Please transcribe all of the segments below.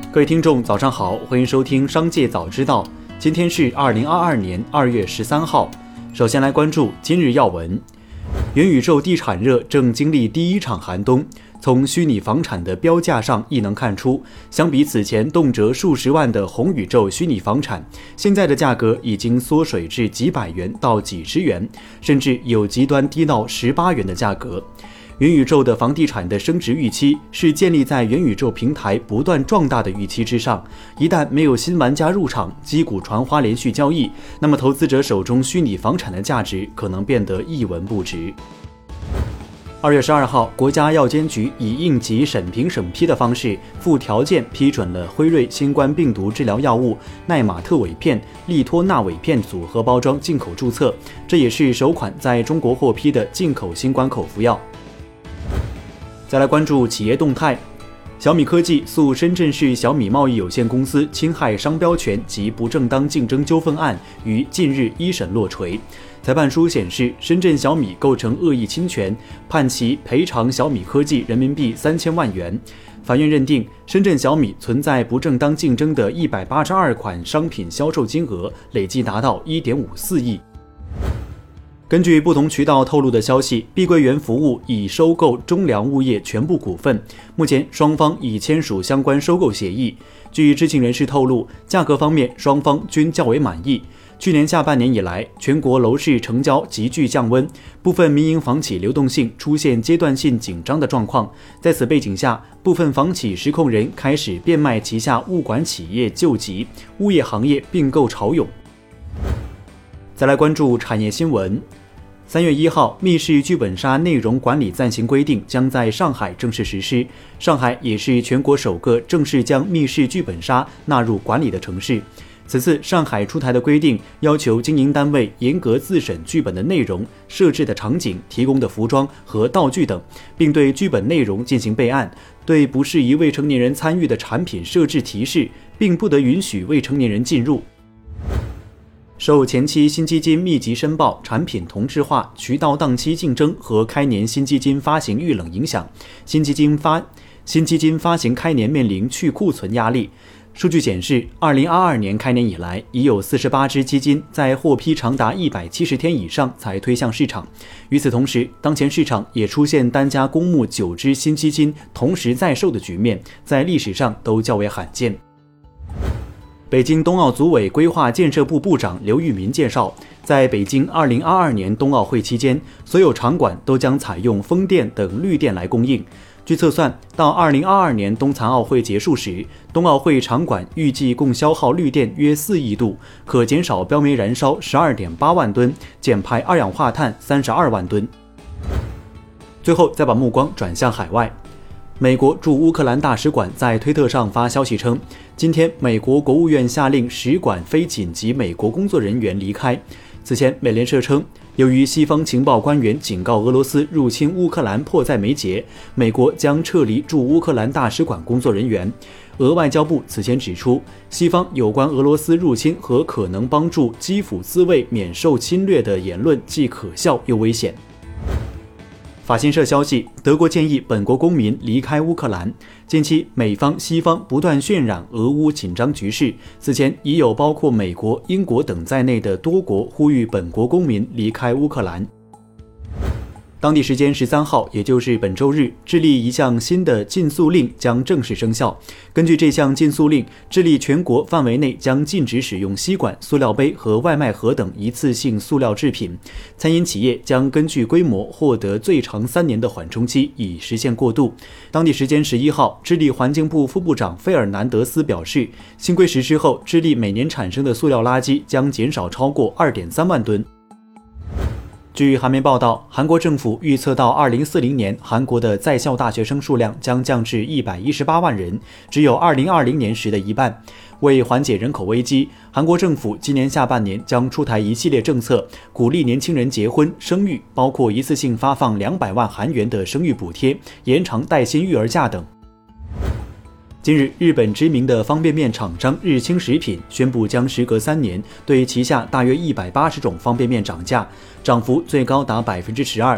各位听众早上好，欢迎收听商界早知道。今天是2022年2月13号。首先来关注今日要闻。元宇宙地产热正经历第一场寒冬，从虚拟房产的标价上亦能看出，相比此前动辄数十万的红宇宙虚拟房产，现在的价格已经缩水至几百元到几十元，甚至有极端低到18元的价格。元宇宙的房地产的升值预期是建立在元宇宙平台不断壮大的预期之上，一旦没有新玩家入场，击鼓传花连续交易，那么投资者手中虚拟房产的价值可能变得一文不值。2月12号，国家药监局以应急审评审批的方式附条件批准了辉瑞新冠病毒治疗药物奈玛特韦片、利托纳韦片组合包装进口注册，这也是首款在中国获批的进口新冠口服药。再来关注企业动态，小米科技诉深圳市小米贸易有限公司侵害商标权及不正当竞争纠纷案于近日一审落锤。裁判书显示，深圳小米构成恶意侵权，判其赔偿小米科技人民币3000万元。法院认定，深圳小米存在不正当竞争的182款商品销售金额累计达到1.54亿。根据不同渠道透露的消息，碧桂园服务已收购中粮物业全部股份，目前双方已签署相关收购协议。据知情人士透露，价格方面双方均较为满意。去年下半年以来，全国楼市成交急剧降温，部分民营房企流动性出现阶段性紧张的状况。在此背景下，部分房企实控人开始变卖旗下物管企业救急，物业行业并购潮涌。再来关注产业新闻。3月1号，密室剧本杀内容管理暂行规定将在上海正式实施。上海也是全国首个正式将密室剧本杀纳入管理的城市。此次上海出台的规定要求经营单位严格自审剧本的内容、设置的场景、提供的服装和道具等，并对剧本内容进行备案，对不适宜未成年人参与的产品设置提示，并不得允许未成年人进入。受前期新基金密集申报、产品同质化、渠道档期竞争和开年新基金发行遇冷影响，新基金发行开年面临去库存压力。数据显示，2022年开年以来，已有48只基金在获批长达170天以上才推向市场。与此同时，当前市场也出现单家公募9只新基金同时在售的局面，在历史上都较为罕见。北京冬奥组委规划建设部部长刘玉民介绍，在北京2022年冬奥会期间，所有场馆都将采用风电等绿电来供应。据测算，到2022年冬残奥会结束时，冬奥会场馆预计共消耗绿电约4亿度，可减少标煤燃烧12.8万吨，减排二氧化碳32万吨。最后再把目光转向海外。美国驻乌克兰大使馆在推特上发消息称，今天美国国务院下令使馆非紧急美国工作人员离开。此前，美联社称，由于西方情报官员警告俄罗斯入侵乌克兰迫在眉睫，美国将撤离驻乌克兰大使馆工作人员。俄外交部此前指出，西方有关俄罗斯入侵和可能帮助基辅自卫免受侵略的言论既可笑又危险。法新社消息，德国建议本国公民离开乌克兰。近期，美方、西方不断渲染俄乌紧张局势，此前已有包括美国、英国等在内的多国呼吁本国公民离开乌克兰。当地时间13号，也就是本周日，智利一项新的禁塑令将正式生效。根据这项禁塑令，智利全国范围内将禁止使用吸管、塑料杯和外卖盒等一次性塑料制品。餐饮企业将根据规模获得最长3年的缓冲期，以实现过渡。当地时间11号，智利环境部副部长费尔南德斯表示，新规实施后，智利每年产生的塑料垃圾将减少超过2.3万吨。据韩媒报道，韩国政府预测到2040年，韩国的在校大学生数量将降至118万人，只有2020年时的一半。为缓解人口危机，韩国政府今年下半年将出台一系列政策，鼓励年轻人结婚生育，包括一次性发放200万韩元的生育补贴，延长带薪育儿假等。近日，日本知名的方便面厂商日清食品宣布将时隔3年对旗下大约180种方便面涨价，涨幅最高达12%。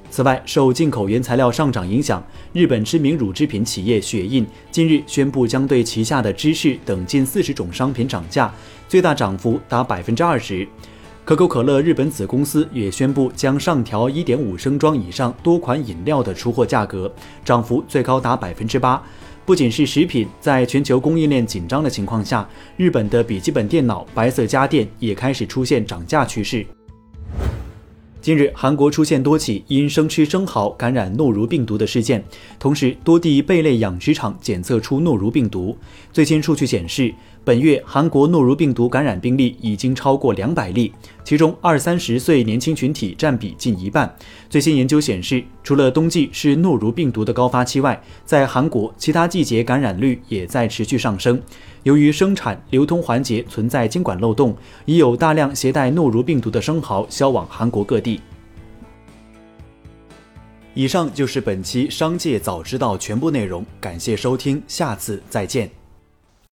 此外，受进口原材料上涨影响，日本知名乳制品企业雪印近日宣布将对旗下的芝士等近40种商品涨价，最大涨幅达20%。可口可乐日本子公司也宣布将上调1.5升装以上多款饮料的出货价格，涨幅最高达8%。不仅是食品，在全球供应链紧张的情况下，日本的笔记本电脑、白色家电也开始出现涨价趋势。近日，韩国出现多起因生吃生蚝感染诺如病毒的事件，同时多地贝类养殖场检测出诺如病毒。最新数据显示，本月韩国诺如病毒感染病例已经超过200例，其中20-30岁年轻群体占比近一半。最新研究显示，除了冬季是诺如病毒的高发期外，在韩国其他季节感染率也在持续上升。由于生产流通环节存在监管漏洞，已有大量携带诺如病毒的生蚝销往韩国各地。以上就是本期商界早知道全部内容，感谢收听，下次再见。